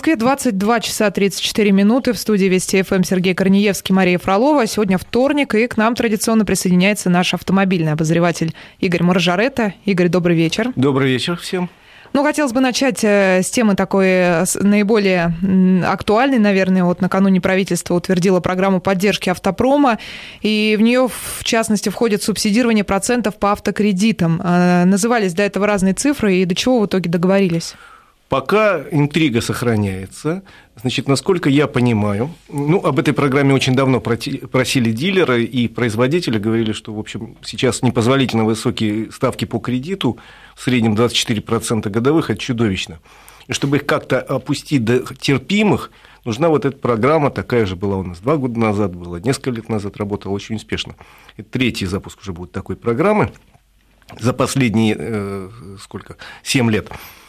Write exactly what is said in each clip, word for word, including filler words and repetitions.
Москве двадцать два часа тридцать четыре минуты. В студии Вести ФМ Сергей Корнеевский, Мария Фролова. Сегодня вторник, и к нам традиционно присоединяется наш автомобильный обозреватель Игорь Маржаретта. Игорь, добрый вечер. Добрый вечер всем. Ну, хотелось бы начать с темы такой наиболее актуальной, наверное. Вот накануне правительство утвердило программу поддержки автопрома, и в нее, в частности, входит субсидирование процентов по автокредитам. Назывались до этого разные цифры, и до чего в итоге договорились? Пока интрига сохраняется. Значит, насколько я понимаю, ну, об этой программе очень давно просили дилеры и производители, говорили, что, в общем, сейчас непозволительно высокие ставки по кредиту, в среднем двадцать четыре процента годовых, это чудовищно. И чтобы их как-то опустить до терпимых, нужна вот эта программа, такая же была у нас два года назад, была несколько лет назад, работала очень успешно. Это третий запуск уже будет такой программы за последние, э, сколько, семь лет.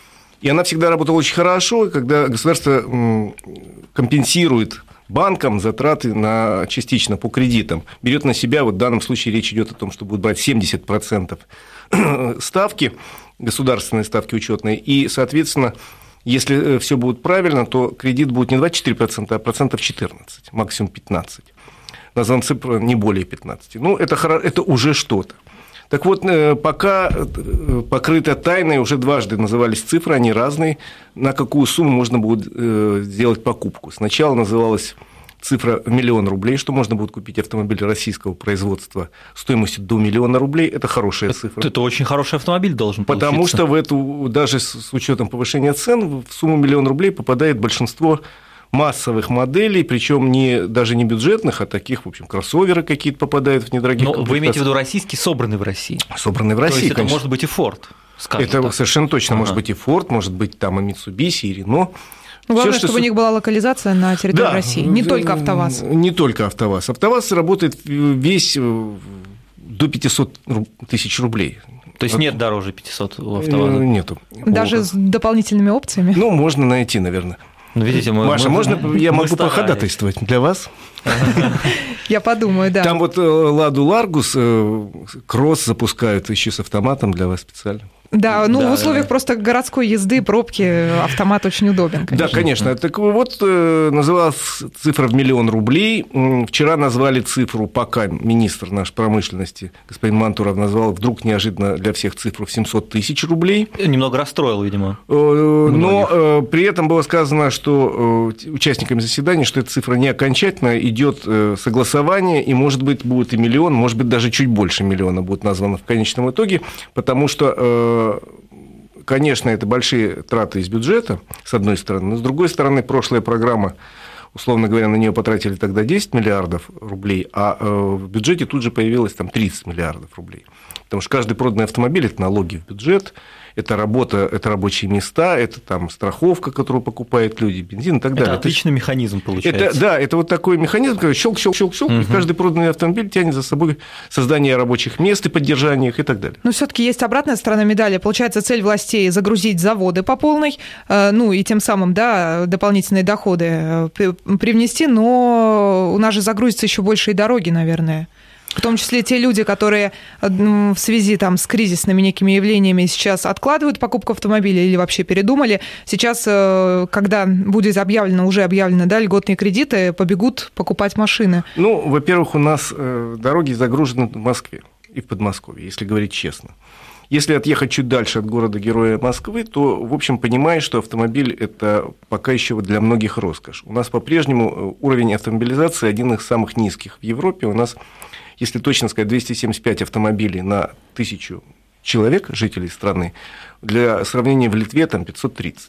И она всегда работала очень хорошо, когда государство компенсирует банкам затраты на, частично по кредитам, берет на себя, вот в данном случае речь идет о том, что будут брать семьдесят процентов ставки, государственные ставки учетные, и, соответственно, если все будет правильно, то кредит будет не двадцать четыре процента, а процентов четырнадцать, максимум пятнадцать. Назван цифра не более пятнадцати. Ну, это, это уже что-то. Так вот, пока покрыто тайной, уже дважды назывались цифры, они разные, на какую сумму можно будет сделать покупку. Сначала называлась цифра в миллион рублей, что можно будет купить автомобиль российского производства стоимостью до миллиона рублей. Это хорошая это, цифра. Это очень хороший автомобиль должен получиться. Потому что в эту, даже с учетом повышения цен, в сумму миллион рублей попадает большинство массовых моделей, причем не, даже не бюджетных, а таких, в общем, кроссоверы какие-то попадают в недорогие комплектации. Но вы имеете в виду российский, собранный в России? Собранный в России, То есть конечно. Это может быть и Ford, скажем Это так. совершенно точно ага. может быть и Ford, может быть там и Mitsubishi, и Renault. Главное, Всё, чтобы что... у них была локализация на территории да, России, не только АвтоВАЗ. Не только АвтоВАЗ. АвтоВАЗ работает весь до пятисот тысяч рублей. То есть нет дороже пятисот у АвтоВАЗа? Нету. Даже с дополнительными опциями? Ну, можно найти, наверное. Ну, видите, мы, Маша, мы, можно мы, я мы могу старались. походатайствовать для вас? Я подумаю, да. Там вот Ладу Ларгус, кросс запускают еще с автоматом для вас специально. Да, ну да, в условиях да. просто городской езды, пробки, автомат очень удобен, конечно. Да, конечно. Так вот, называлась цифра в миллион рублей. Вчера назвали цифру, пока министр наш промышленности, господин Мантуров, назвал вдруг неожиданно для всех цифру в семьсот тысяч рублей. Немного расстроил, видимо. Но многих. При этом было сказано, что участниками заседания, что эта цифра не окончательная, идет согласование, и, может быть, будет и миллион, может быть, даже чуть больше миллиона будет названо в конечном итоге, потому что конечно, это большие траты из бюджета, с одной стороны, но с другой стороны, прошлая программа, условно говоря, на нее потратили тогда десять миллиардов рублей, а в бюджете тут же появилось там тридцать миллиардов рублей. Потому что каждый проданный автомобиль – это налоги в бюджет, это работа, это рабочие места, это там страховка, которую покупают люди, бензин и так далее. Это отличный это, механизм получается. Это, да, это вот такой механизм, который щелк-щелк-щелк-щелк, угу. И каждый проданный автомобиль тянет за собой создание рабочих мест и поддержание их и так далее. Но все-таки есть обратная сторона медали. Получается, цель властей – загрузить заводы по полной, ну и тем самым, да, дополнительные доходы привнести, но у нас же загрузятся еще больше и дороги, наверное. В том числе те люди, которые в связи там, с кризисными некими явлениями сейчас откладывают покупку автомобиля или вообще передумали, сейчас, когда будет объявлено, уже объявлено, да, льготные кредиты, побегут покупать машины. Ну, во-первых, у нас дороги загружены в Москве и в Подмосковье, если говорить честно. Если отъехать чуть дальше от города-героя Москвы, то, в общем, понимаешь, что автомобиль – это пока еще для многих роскошь. У нас по-прежнему уровень автомобилизации один из самых низких в Европе. У нас, если точно сказать, двести семьдесят пять автомобилей на тысячу человек, жителей страны. Для сравнения, в Литве там пятьсот тридцать.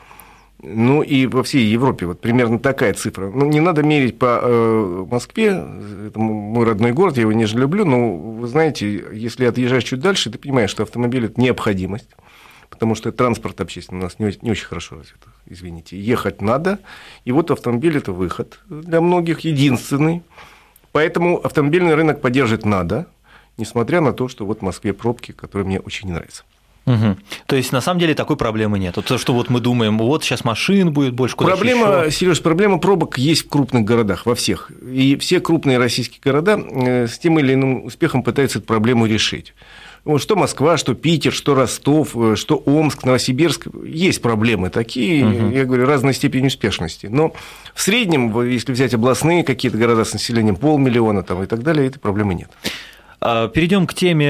Ну, и во всей Европе вот примерно такая цифра. Ну, не надо мерить по э, Москве, это мой родной город, я его нежно люблю, но, вы знаете, если отъезжаешь чуть дальше, ты понимаешь, что автомобиль – это необходимость, потому что транспорт общественный у нас не, не очень хорошо развит, извините. Ехать надо, и вот автомобиль – это выход для многих, единственный. Поэтому автомобильный рынок поддерживать надо, несмотря на то, что вот в Москве пробки, которые мне очень не нравятся. Угу. То есть, на самом деле, такой проблемы нет. То, что вот мы думаем, вот сейчас машин будет больше, куда проблема, еще. Сереж, проблема пробок есть в крупных городах, во всех. И все крупные российские города с тем или иным успехом пытаются эту проблему решить. Вот, что Москва, что Питер, что Ростов, что Омск, Новосибирск. Есть проблемы такие, угу. я говорю, разной степени успешности. Но в среднем, если взять областные какие-то города с населением полмиллиона там, и так далее, этой проблемы нет. Перейдем к теме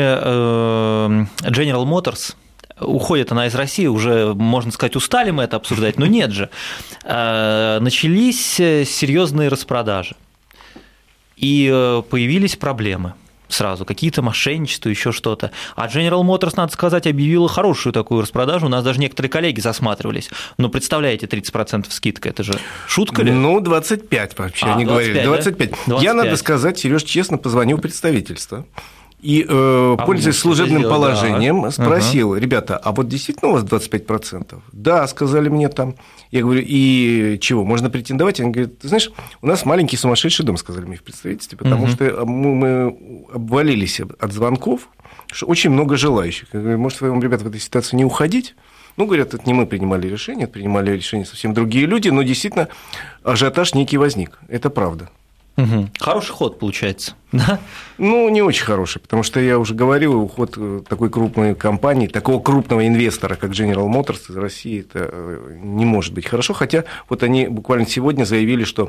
General Motors. Уходит она из России, уже, можно сказать, устали мы это обсуждать, но нет же. Начались серьезные распродажи, и появились проблемы. Сразу какие-то мошенничества, еще что-то. А General Motors, надо сказать, объявила хорошую такую распродажу. У нас даже некоторые коллеги засматривались. Но представляете, тридцать процентов скидка, это же шутка ли? Ну, двадцать пять вообще, а, они говорили. двадцать пять. Да? двадцать пять. Я, надо сказать, Сереж, честно позвонил в представительство. И, э, а пользуясь служебным сделал, положением, да. спросил, угу. ребята, а вот действительно у вас двадцать пять процентов? Да, сказали мне там. Я говорю, и чего, можно претендовать? Они говорят, ты знаешь, у нас маленький сумасшедший дом, сказали мне в представительстве, потому угу. что мы, мы обвалились от звонков, что очень много желающих. Я говорю, может, вам, ребята, в этой ситуации не уходить? Ну, говорят, это не мы принимали решение, это принимали решение совсем другие люди, но действительно ажиотаж некий возник, это правда. Угу. Хороший ход получается, да? Ну, не очень хороший, потому что я уже говорил, уход такой крупной компании, такого крупного инвестора, как General Motors из России, это не может быть хорошо, хотя вот они буквально сегодня заявили, что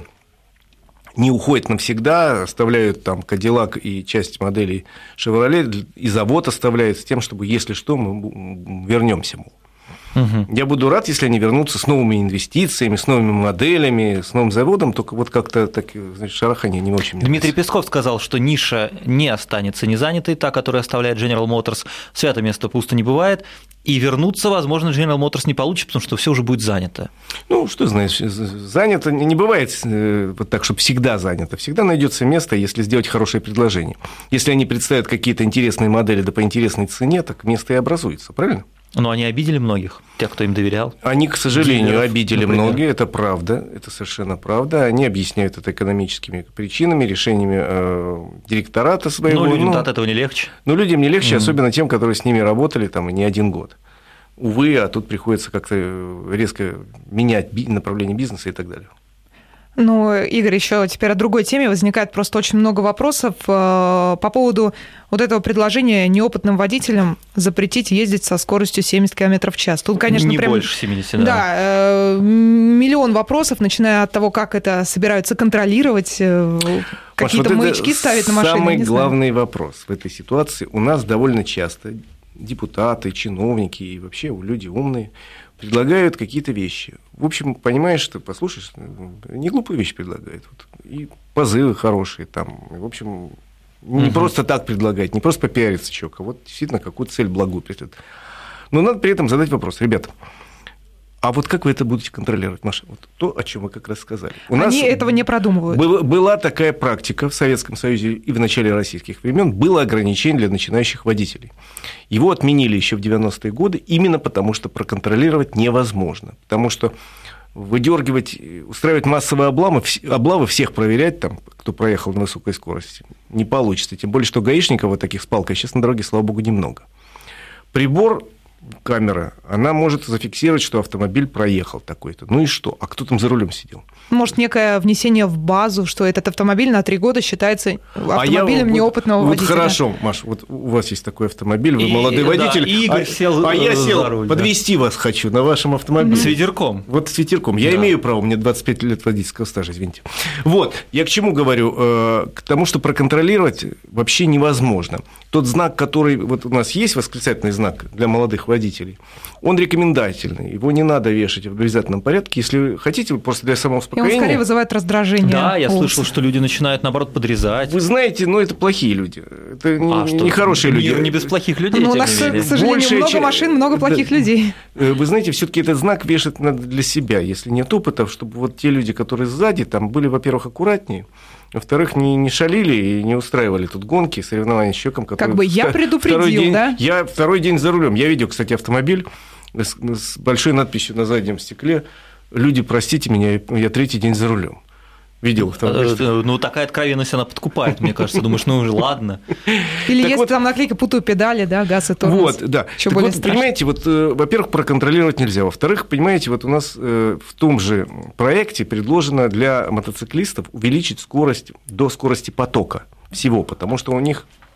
не уходят навсегда, оставляют там Cadillac и часть моделей Chevrolet, и завод оставляют с тем, чтобы, если что, мы вернемся, мол. Угу. Я буду рад, если они вернутся с новыми инвестициями, с новыми моделями, с новым заводом, только вот как-то так, значит, шарахание не очень мне Дмитрий нравится. Песков сказал, что ниша не останется незанятой, та, которая оставляет General Motors, свято место пусто не бывает, и вернуться, возможно, General Motors не получится, потому что все уже будет занято. Ну, что знаешь, занято не бывает вот так, чтобы всегда занято. Всегда найдется место, если сделать хорошее предложение. Если они представят какие-то интересные модели, да по интересной цене, так место и образуется, правильно? Но они обидели многих, тех, кто им доверял. Они, к сожалению, дилеров, обидели например. многие, это правда, это совершенно правда. Они объясняют это экономическими причинами, решениями э, директората своего. Ну, людям ну, от этого не легче. Ну, людям не легче, mm-hmm. особенно тем, которые с ними работали там не один год. Увы, а тут приходится как-то резко менять направление бизнеса и так далее. Ну, Игорь, еще теперь о другой теме возникает просто очень много вопросов по поводу вот этого предложения неопытным водителям запретить ездить со скоростью семьдесят километров в час. Тут, конечно, не прям, больше семидесяти, да. Да, миллион вопросов, начиная от того, как это собираются контролировать, какие-то вот маячки ставить на машине. Самый главный вопрос в этой ситуации. У нас довольно часто депутаты, чиновники и вообще люди умные предлагают какие-то вещи. В общем, понимаешь, что послушаешь, не глупые вещи предлагают. Вот, и позывы хорошие там. В общем, не угу. просто так предлагать, не просто попиариться человек, а вот действительно какую-то цель благую преследует. Но надо при этом задать вопрос. Ребята, а вот как вы это будете контролировать, Маша? Вот то, о чем мы как раз сказали. У Они нас этого не продумывают. Был, была такая практика в Советском Союзе и в начале российских времен, было ограничение для начинающих водителей. Его отменили еще в девяностые годы, именно потому что проконтролировать невозможно. Потому что выдергивать, устраивать массовые облавы, облавы всех проверять, там, кто проехал на высокой скорости, не получится. Тем более, что гаишников вот таких с палкой сейчас на дороге, слава богу, немного. Прибор, камера, она может зафиксировать, что автомобиль проехал такой-то. Ну и что? А кто там за рулем сидел? Может, некое внесение в базу, что этот автомобиль на три года считается автомобилем а я, неопытного вот, водителя. Вот хорошо, Маш, вот у вас есть такой автомобиль, вы и, молодой да, водитель, Игорь а, сел а я сел за руль, подвезти да. вас хочу на вашем автомобиле. С ветерком. Вот с ветерком. Я да. имею право, мне двадцать пять лет водительского стажа, извините. Вот, я к чему говорю? К тому, что проконтролировать вообще невозможно. Тот знак, который вот у нас есть, восклицательный знак для молодых водителей, он рекомендательный, его не надо вешать в обязательном порядке. Если хотите, просто для самоуспокоения. И он скорее вызывает раздражение. Да, я слышал, что люди начинают, наоборот, подрезать. Вы знаете, ну, это плохие люди. Это а не, не хорошие люди. Мир не без плохих людей. Ну, у нас, к сожалению, Большая много ч... машин, много плохих да, людей. Вы знаете, все-таки этот знак вешать надо для себя, если нет опыта, чтобы вот те люди, которые сзади, там были, во-первых, аккуратнее, во-вторых, не, не шалили и не устраивали тут гонки, соревнования с человеком, который... Как бы я предупредил, день, да? Я второй день за рулем. Я видел, кстати, автомобиль с, с большой надписью на заднем стекле: «Люди, простите меня, я третий день за рулем». Видел автомобиль. Ну, такая откровенность, она подкупает, мне кажется. Думаешь, ну, ладно. Или так если вот, там наклейка «путаю педали», да, газ и тормоз. Вот, да. Так вот, понимаете, вот, во-первых, проконтролировать нельзя. Во-вторых, понимаете, вот у нас в том же проекте предложено для мотоциклистов увеличить скорость до скорости потока всего, потому что у них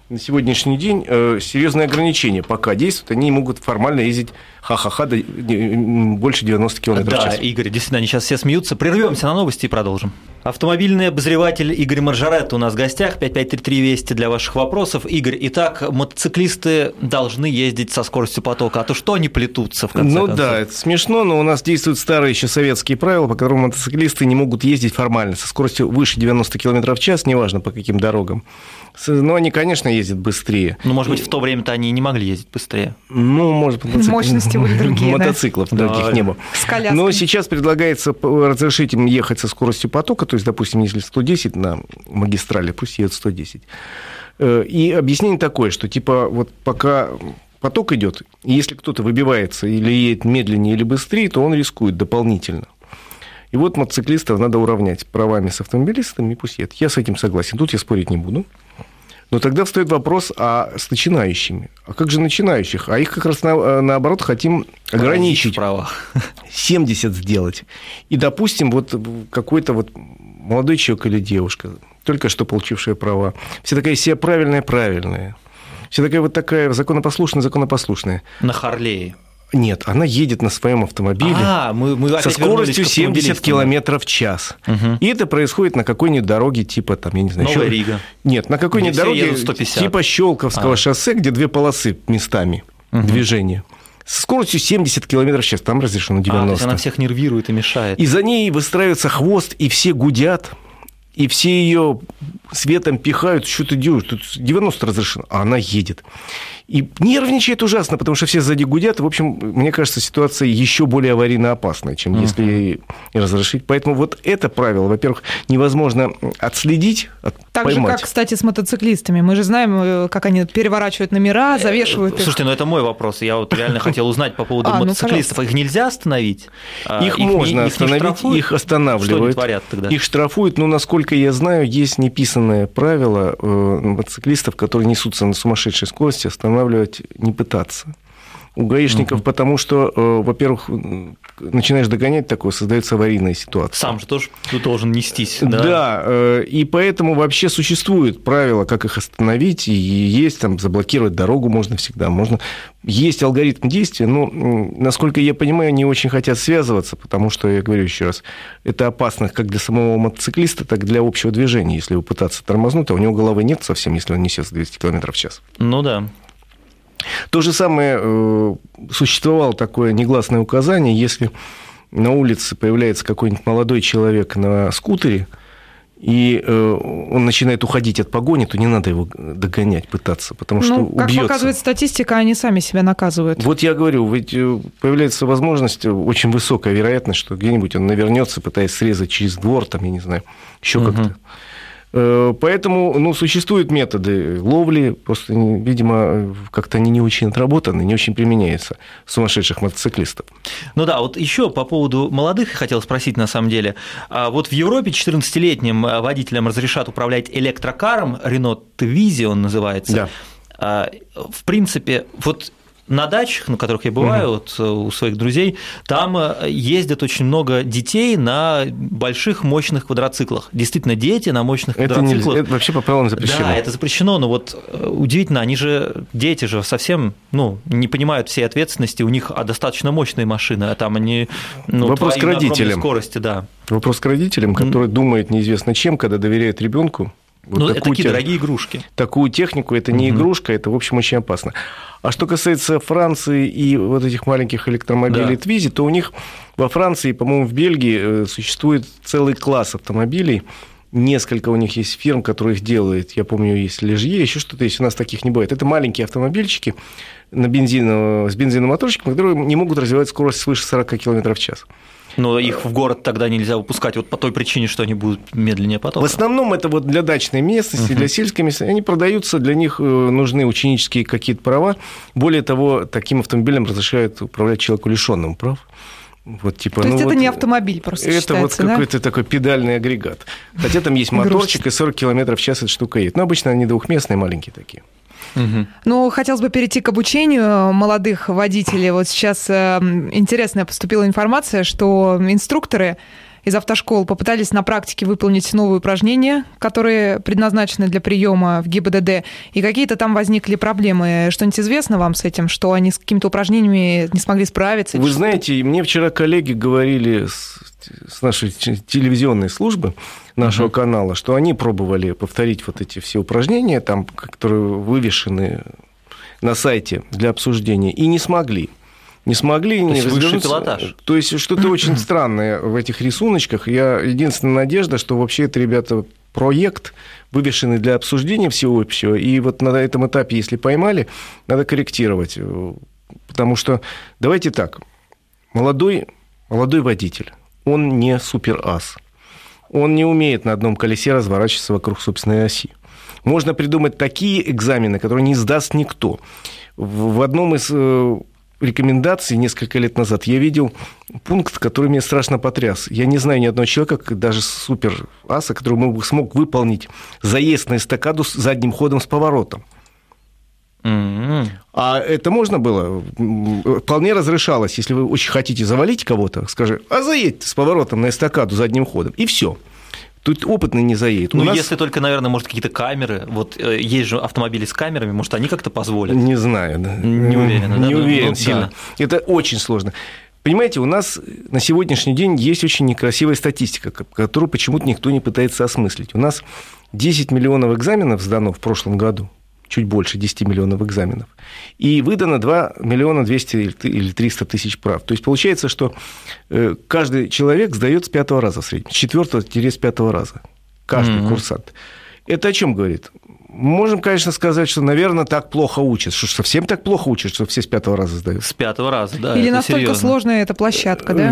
на сегодняшний день серьезные ограничения пока действуют. Они могут формально ездить ха-ха-ха до больше девяноста километров в час. Да, Игорь, действительно, они сейчас все смеются. Прервемся на новости и продолжим. Автомобильный обозреватель Игорь Маржаретто у нас в гостях. пять пять три три Вести для ваших вопросов. Игорь, итак, мотоциклисты должны ездить со скоростью потока, а то что они плетутся в конце ну, концов? Ну да, это смешно, но у нас действуют старые еще советские правила, по которым мотоциклисты не могут ездить формально со скоростью выше девяноста километров в час, неважно по каким дорогам. Но они, конечно, ездят быстрее. Ну, может быть, в то время-то они и не могли ездить быстрее. Ну, может, мотоцикл... мощности были другие, мотоциклов да? других да. не было. С коляской. Но сейчас предлагается разрешить им ехать со скоростью потока, то есть, допустим, если сто десять на магистрали, пусть едут сто десять. И объяснение такое, что типа вот пока поток идет, и если кто-то выбивается или едет медленнее или быстрее, то он рискует дополнительно. И вот мотоциклистов надо уравнять правами с автомобилистами, и пусть едут. Я с этим согласен, тут я спорить не буду. Но тогда встает вопрос, а с начинающими? А как же начинающих? А их как раз на, наоборот хотим ограничить. В правах. семьдесят сделать. И, допустим, вот какой-то вот молодой человек или девушка, только что получившая права, вся такая себя правильная-правильная, вся такая вот такая законопослушная-законопослушная. На Харлее. Нет, она едет на своем автомобиле а, мы, мы со скоростью семьдесят километров в час. Угу. И это происходит на какой-нибудь дороге типа, там, я не знаю... Новая еще... Рига. Нет, на какой-нибудь дороге типа Щелковского а. шоссе, где две полосы местами угу. движения. Со скоростью семьдесят километров в час, там разрешено девяносто. А, то есть она всех нервирует и мешает. И за ней выстраивается хвост, и все гудят, и все ее светом пихают, что ты делаешь, тут девяносто разрешено, а она едет. И нервничает ужасно, потому что все сзади гудят. В общем, мне кажется, ситуация еще более аварийно опасная, чем uh-huh. если разрешить. Поэтому вот это правило, во-первых, невозможно отследить, так поймать. же, как, кстати, с мотоциклистами. Мы же знаем, как они переворачивают номера, завешивают Слушайте, их. ну это мой вопрос. Я вот реально хотел узнать по поводу а, Ну, мотоциклистов. Их нельзя остановить? Их, их можно их остановить, не их останавливают. Что они творят тогда? Их штрафуют, но, насколько я знаю, есть неписанное правило мотоциклистов, которые несутся на сумасшедшей скорости, останавливать не пытаться. У гаишников, угу. потому что, во-первых, начинаешь догонять такое, создается аварийная ситуация. Сам же тоже должен нестись. Да? Да, и поэтому вообще существует правило, как их остановить, и есть там заблокировать дорогу можно всегда, можно... Есть алгоритм действия, но, насколько я понимаю, не очень хотят связываться, потому что, я говорю еще раз, это опасно как для самого мотоциклиста, так и для общего движения, если его пытаться тормознуть, а у него головы нет совсем, если он несет двести километров в час. Ну да. То же самое, существовало такое негласное указание, если на улице появляется какой-нибудь молодой человек на скутере, и он начинает уходить от погони, то не надо его догонять, пытаться, потому что ну, убьется. Как показывает статистика, они сами себя наказывают. Вот я говорю, ведь появляется возможность, очень высокая вероятность, что где-нибудь он навернется, пытаясь срезать через двор, там, я не знаю, еще угу. как-то. Поэтому ну, существуют методы ловли, просто, видимо, как-то они не очень отработаны, не очень применяются сумасшедших мотоциклистов. Ну да, вот еще по поводу молодых хотел спросить на самом деле. Вот в Европе четырнадцатилетним водителям разрешат управлять электрокаром, Renault Twizy он называется. Да. В принципе, вот... На дачах, на которых я бываю, угу. вот, у своих друзей, там ездят очень много детей на больших мощных квадроциклах. Действительно, дети на мощных это квадроциклах. Нельзя, это вообще по правилам запрещено. Да, это запрещено, но вот удивительно, они же, дети же совсем ну, не понимают всей ответственности, у них достаточно мощные машины, а там они ну, Вопрос к родителям. Скорости, да. Вопрос к родителям, которые mm. думают неизвестно чем, когда доверяют ребенку. Вот ну, это такие тех... дорогие игрушки. Такую технику, это не угу. игрушка, это, в общем, очень опасно. А что касается Франции и вот этих маленьких электромобилей да. Twizy, то у них во Франции, по-моему, в Бельгии существует целый класс автомобилей. Несколько у них есть фирм, которые их делают. Я помню, есть Лежье, еще что-то есть. У нас таких не бывает. Это маленькие автомобильчики на бензиновом, с бензиновым моторчиком, которые не могут развивать скорость свыше сорок километров в час. Но их в город тогда нельзя выпускать вот по той причине, что они будут медленнее потока. В основном это вот для дачной местности, uh-huh. для сельской местности. Они продаются, для них нужны ученические какие-то права. Более того, таким автомобилем разрешают управлять человеку, лишенному прав. Вот, типа, То ну есть вот, это не автомобиль просто это считается, вот да? какой-то такой педальный агрегат. Хотя там есть моторчик, и сорок километров в час эта штука едет. Но обычно они двухместные, маленькие такие. Угу. Ну, хотелось бы перейти к обучению молодых водителей. Вот сейчас интересная поступила информация, что инструкторы из автошкол попытались на практике выполнить новые упражнения, которые предназначены для приема в ГИБДД, и какие-то там возникли проблемы. Что-нибудь известно вам с этим, что они с какими-то упражнениями не смогли справиться? Вы знаете, мне вчера коллеги говорили с, с нашей телевизионной службы, нашего uh-huh. канала, что они пробовали повторить вот эти все упражнения, там, которые вывешены на сайте для обсуждения, и не смогли. Не смогли. То не есть высший пилотаж. То есть что-то очень странное в этих рисуночках. Я, единственная надежда, что вообще это, ребята, проект, вывешенный для обсуждения всеобщего, и вот на этом этапе, если поймали, надо корректировать. Потому что, давайте так, молодой, молодой водитель, он не суперас. Он не умеет на одном колесе разворачиваться вокруг собственной оси. Можно придумать такие экзамены, которые не сдаст никто. В одном из рекомендаций несколько лет назад я видел пункт, который меня страшно потряс. Я не знаю ни одного человека, даже супер-аса, который смог выполнить заезд на эстакаду с задним ходом с поворотом. Mm-hmm. А это можно было? Вполне разрешалось, если вы очень хотите завалить кого-то, скажи, а заедьте с поворотом на эстакаду задним ходом, и все. Тут опытный не заедет. Ну, нас... если только, наверное, может, какие-то камеры. Вот есть же автомобили с камерами, может, они как-то позволят? Не знаю. Да. Не уверен. Не да? уверен ну, сильно. Да. Это очень сложно. Понимаете, у нас на сегодняшний день есть очень некрасивая статистика, которую почему-то никто не пытается осмыслить. У нас десять миллионов экзаменов сдано в прошлом году. Чуть больше десяти миллионов экзаменов, и выдано два миллиона двести или триста тысяч прав. То есть получается, что каждый человек сдает с пятого раза в среднем, с четвертого-с пятого раза, каждый mm-hmm. курсант. Это о чем говорит? Можем, конечно, сказать, что, наверное, так плохо учат, что совсем так плохо учат, что все с пятого раза сдают. С пятого раза, да. Или это настолько серьезно. Сложная эта площадка, да?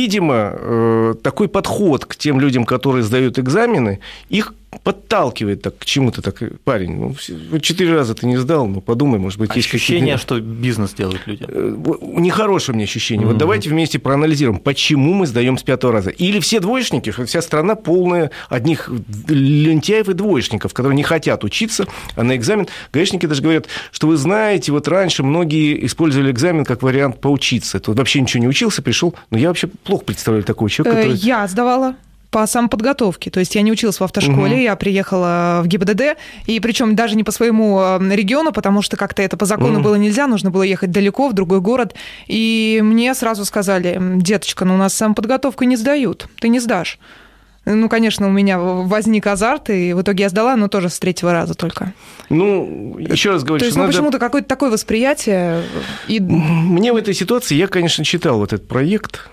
Видимо, такой подход к тем людям, которые сдают экзамены, их подталкивает так, к чему-то так, парень, ну, четыре раза ты не сдал, ну, подумай, может быть, есть какие-то... Ощущение, что бизнес делают люди. Нехорошее мне ощущение. Mm-hmm. Вот давайте вместе проанализируем, почему мы сдаем с пятого раза. Или все двоечники, вся страна полная одних лентяев и двоечников, которые не хотят учиться, а на экзамен... Гаишники даже говорят, что вы знаете, вот раньше многие использовали экзамен как вариант поучиться. Тут вообще ничего не учился, пришел, но я вообще плохо представляю такого человека, который... Я сдавала по самоподготовке. То есть я не училась в автошколе, угу. я приехала в ГИБДД, и причем даже не по своему региону, потому что как-то это по закону угу. было нельзя, нужно было ехать далеко, в другой город. И мне сразу сказали, деточка, ну у нас самоподготовку не сдают, ты не сдашь. Ну, конечно, у меня возник азарт, и в итоге я сдала, но тоже с третьего раза только. Ну, еще раз говорю, То есть, что ну, надо... почему-то какое-то такое восприятие. И... Мне в этой ситуации, я, конечно, читал вот этот проект.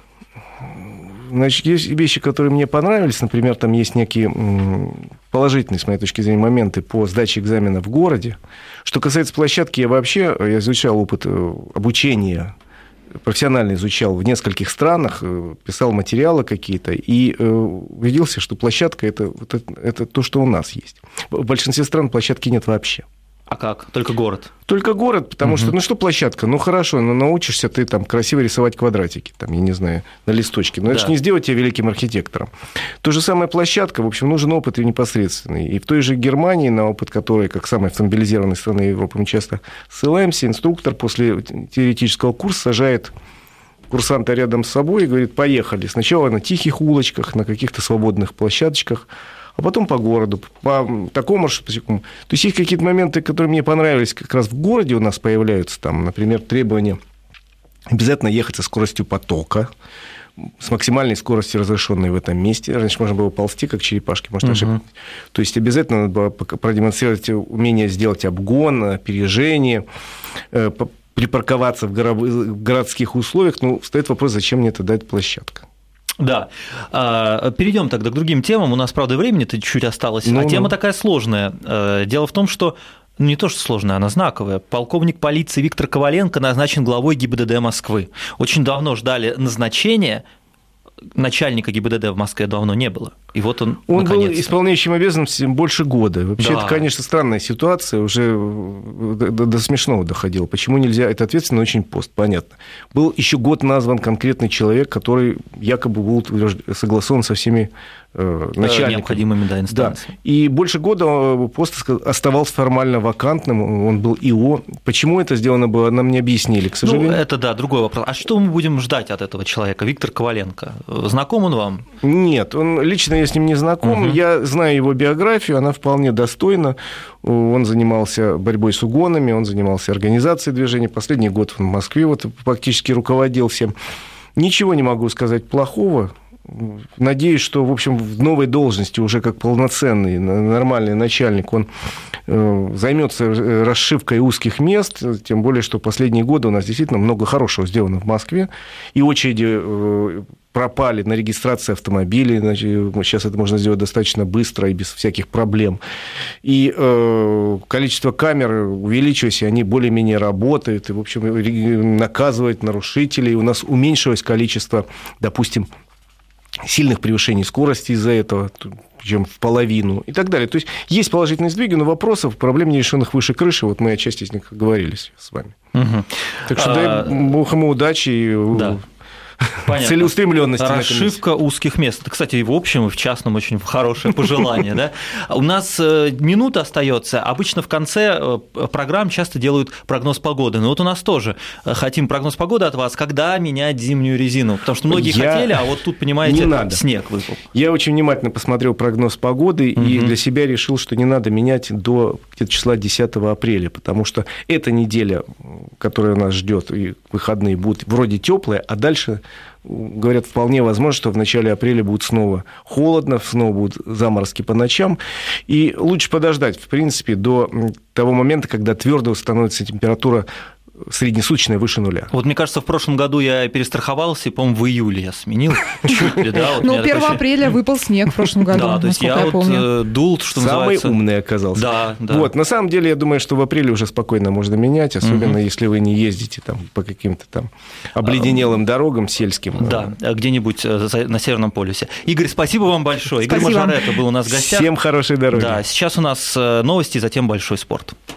Значит, есть вещи, которые мне понравились. Например, там есть некие положительные, с моей точки зрения, моменты по сдаче экзамена в городе. Что касается площадки, я вообще я изучал опыт обучения, профессионально изучал в нескольких странах, писал материалы какие-то и убедился, что площадка это, – это, это то, что у нас есть. В большинстве стран площадки нет вообще. А как? Только город? Только город, потому угу. что, ну что площадка? Ну хорошо, но научишься ты там красиво рисовать квадратики, там, я не знаю, на листочке. Но да. это же не сделать тебя великим архитектором. То же самое площадка, в общем, нужен опыт и непосредственный. И в той же Германии, на опыт которой, как самой автомобилизированной страны Европы, мы часто ссылаемся, инструктор после теоретического курса сажает курсанта рядом с собой и говорит, поехали. Сначала на тихих улочках, на каких-то свободных площадочках, а потом по городу, по такому маршруту, по такому. То есть есть какие-то моменты, которые мне понравились, как раз в городе у нас появляются, там, например, требования обязательно ехать со скоростью потока, с максимальной скоростью, разрешенной в этом месте. Раньше можно было ползти, как черепашки, может, uh-huh. ошибаться. То есть обязательно надо было продемонстрировать умение сделать обгон, опережение, припарковаться в городских условиях. Ну, встает вопрос, зачем мне это дать площадка. Да. Перейдем тогда к другим темам. У нас, правда, времени-то чуть-чуть осталось. Ну, а тема ну. такая сложная. Дело в том, что ну, не то, что сложная, она знаковая. Полковник полиции Виктор Коваленко назначен главой ГИБДД Москвы. Очень давно ждали назначения. Начальника ГИБДД в Москве давно не было. И вот он, Он наконец-то. был исполняющим обязанности больше года. Вообще, Да. это, конечно, странная ситуация, уже до, до смешного доходило. Почему нельзя? Это ответственный очень пост, понятно. Был еще год назван конкретный человек, который якобы был согласован со всеми э, начальниками. Необходимыми, да, инстанциями. Да. И больше года пост оставался формально вакантным, он был ИО. Почему это сделано было, нам не объяснили, к сожалению. Ну, это, да, другой вопрос. А что мы будем ждать от этого человека, Виктор Коваленко? Знаком он вам? Нет, он, лично я с ним не знаком, угу. Я знаю его биографию, она вполне достойна. Он занимался борьбой с угонами, он занимался организацией движения. Последний год он в Москве вот, фактически руководил всем. Ничего не могу сказать плохого. Надеюсь, что, в общем, в новой должности уже как полноценный, нормальный начальник, он займется расшивкой узких мест, тем более, что последние годы у нас действительно много хорошего сделано в Москве, и очереди пропали на регистрацию автомобилей, значит, сейчас это можно сделать достаточно быстро и без всяких проблем. И э, количество камер увеличилось, и они более-менее работают, и, в общем, наказывать нарушителей. У нас уменьшилось количество, допустим, сильных превышений скорости из-за этого, чем в половину и так далее. То есть есть положительные сдвиги, но вопросов, проблем, не решенных выше крыши, вот мы отчасти из них говорили с вами. Угу. Так что а... дай бог ему удачи и... Да. Понятно. Целеустремленности. Расшивка узких мест. Это, кстати, и в общем, и в частном очень хорошее пожелание. Да? У нас минута остается. Обычно в конце программ часто делают прогноз погоды. Но вот у нас тоже хотим прогноз погоды от вас, когда менять зимнюю резину. Потому что многие Я... хотели, а вот тут, понимаете, снег выпал. Я очень внимательно посмотрел прогноз погоды угу. и для себя решил, что не надо менять до где-то числа десятого апреля, потому что эта неделя, которая нас ждет, и выходные будут вроде теплые, а дальше... Говорят, вполне возможно, что в начале апреля будет снова холодно, снова будут заморозки по ночам. И лучше подождать, в принципе, до того момента, когда твердо становится температура среднесуточная выше нуля. Вот мне кажется, в прошлом году я перестраховался, и, по-моему, в июле я сменил. Чуть ли, да? Вот ну, первого апреля выпал снег в прошлом году. Да, то есть я, я вот дул, что Самый называется. Самый умный оказался. Да, да. Вот, на самом деле, я думаю, что в апреле уже спокойно можно менять, особенно угу. если вы не ездите там, по каким-то там обледенелым дорогам сельским. Да, где-нибудь на Северном полюсе. Игорь, спасибо вам большое. Спасибо. Игорь Маржаретто был у нас в гостях. Всем хорошей дороги. Да, сейчас у нас новости, затем большой спорт.